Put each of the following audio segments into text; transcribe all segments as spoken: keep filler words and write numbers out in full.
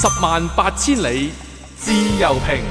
十萬八千里自由評。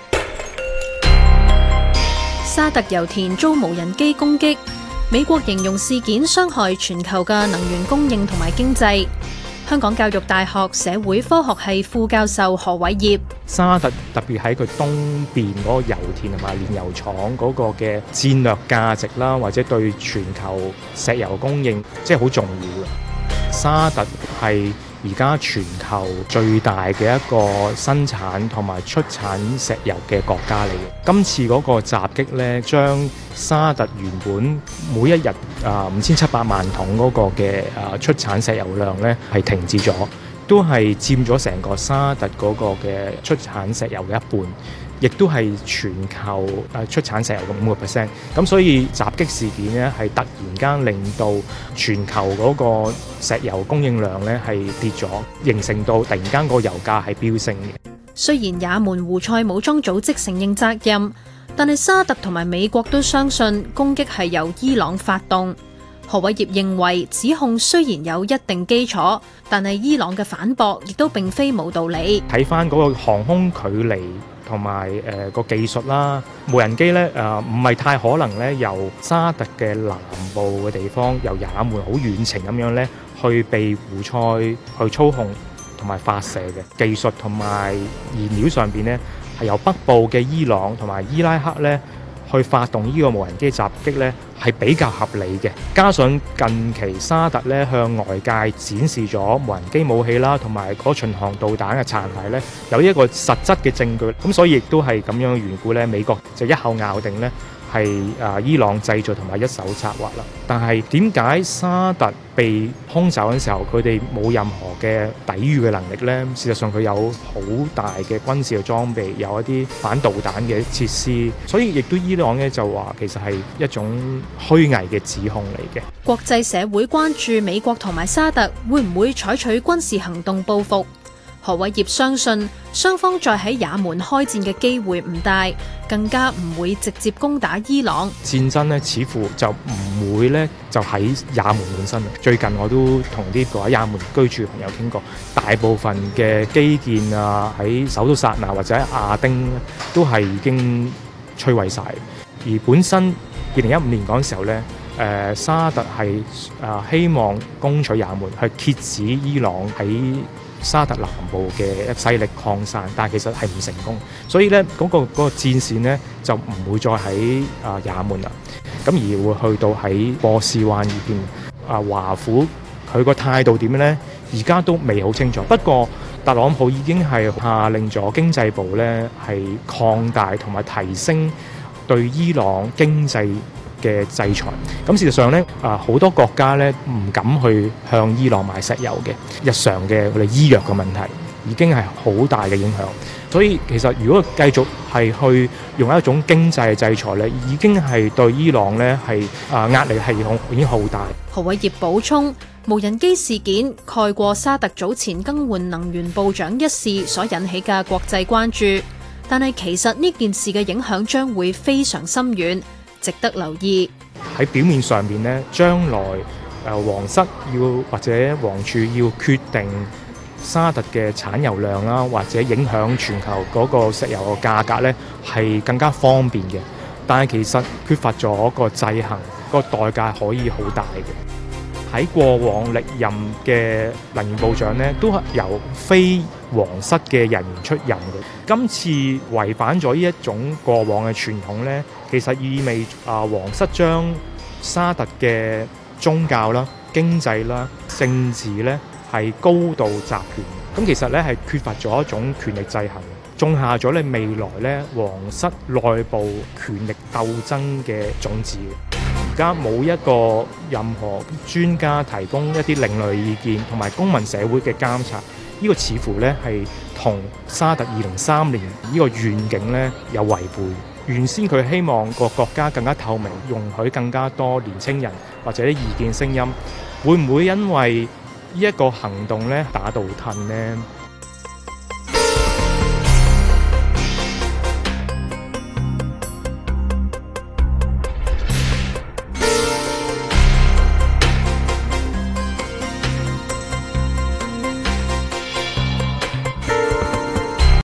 沙特油田遭無人機攻擊，美國形容事件傷害全球嘅能源供應同埋經濟。香港教育大學社會科學系副教授何偉業： 沙特特別喺佢東邊嗰個油田同埋煉油廠嗰個嘅戰略價值啦，或者對全球石油供應即係好重要嘅。沙特係而家全球最大嘅一個生產同埋出產石油嘅國家嚟嘅。今次嗰個襲擊呢，將沙特原本每一日啊五千七百萬桶嗰個嘅啊出產石油量呢係停止咗，都係佔咗成個沙特嗰個嘅出產石油嘅一半，亦都係全球誒出產石油嘅五個 percent。咁所以襲擊事件呢係突然間令到全球嗰個石油供應量呢係跌咗，形成到突然間個油價係飆升嘅。 雖然也門胡塞武裝組織承認責任，但係沙特同埋美國都相信攻擊係由伊朗發動。何偉業認為指控雖然有一定基礎，但係伊朗嘅反駁亦都並非冇道理。 睇翻嗰個航空距離同埋誒個技術啦，無人機咧誒唔係太可能咧由沙特嘅南部嘅地方，由也門好遠程咁樣咧去被胡塞去操控同埋發射嘅。技術同埋燃料上邊咧係由北部嘅伊朗同埋伊拉克咧去發動呢個無人機襲擊咧係比較合理嘅。加上近期沙特咧向外界展示咗無人機武器啦，同埋嗰巡航導彈嘅殘骸咧，有一個實質嘅證據。咁所以亦都係咁樣嘅緣故咧，美國就一口咬定咧係啊伊朗製造同埋一手策劃啦。但係點解沙特被空襲嘅時候，佢哋冇任何嘅抵禦嘅能力呢？事實上佢有好大嘅軍事嘅裝備，有一啲反導彈嘅設施，所以亦都伊朗呢就話其實係一種虛偽嘅指控嚟嘅。 國際社會關注美國同埋沙特會唔會採取軍事行動報復。何偉業相信雙方再喺也門開戰嘅機會唔大，更加唔會直接攻打伊朗。 戰爭呢似乎就唔會呢就喺也門本身。最近我都同啲喺也門居住嘅朋友傾過，大部分嘅基建啊喺首都薩那或者喺亞丁都係已經摧毀晒。而本身二零一五年嗰陣時候呢，誒、呃、沙特係啊、呃、希望攻取也門，去遏止伊朗喺沙特南部嘅勢力擴散，但係其實係唔成功，所以咧嗰、嗰個嗰、嗰個戰線咧就唔會再喺啊也門啦，咁而會去到喺波斯灣呢邊。啊華府佢個態度點咧？而家都未好清楚。不過特朗普已經係下令咗經濟部咧係擴大同埋提升對伊朗經濟嘅制裁。咁事實上咧，啊好多國家咧唔敢去向伊朗買石油嘅，日常嘅佢哋醫藥嘅問題已經係好大嘅影響。所以其實如果繼續係去用一種經濟制裁咧，已經係對伊朗咧係啊壓力係已經好大。 何偉業補充，無人機事件蓋過沙特早前更換能源部長一事所引起嘅國際關注，但係其實呢件事嘅影響將會非常深遠，值得留意。 喺表面上面咧，將來誒皇室要或者皇儲要決定沙特嘅產油量啦，或者影響全球嗰個石油嘅價格咧，係更加方便嘅。但係其實缺乏咗個制衡，個代價可以好大嘅。喺過往歷任嘅能源部長咧，都係由非皇室嘅人員出任嘅。今次違反咗呢一種過往嘅傳統咧，其實意味啊皇室將沙特嘅宗教啦、經濟啦、政治咧係高度集權。咁其實咧係缺乏咗一種權力制衡，種下咗咧未來咧皇室內部權力鬥爭嘅種子。而家冇一個任何專家提供一啲另類意見同埋公民社會嘅監察，呢個似乎咧係同沙特二零三年呢個願景咧有違背。原先佢希望個國家更加透明，容許更加多年青人或者意見聲音，會唔會因為呢一個行動咧打倒褪呢？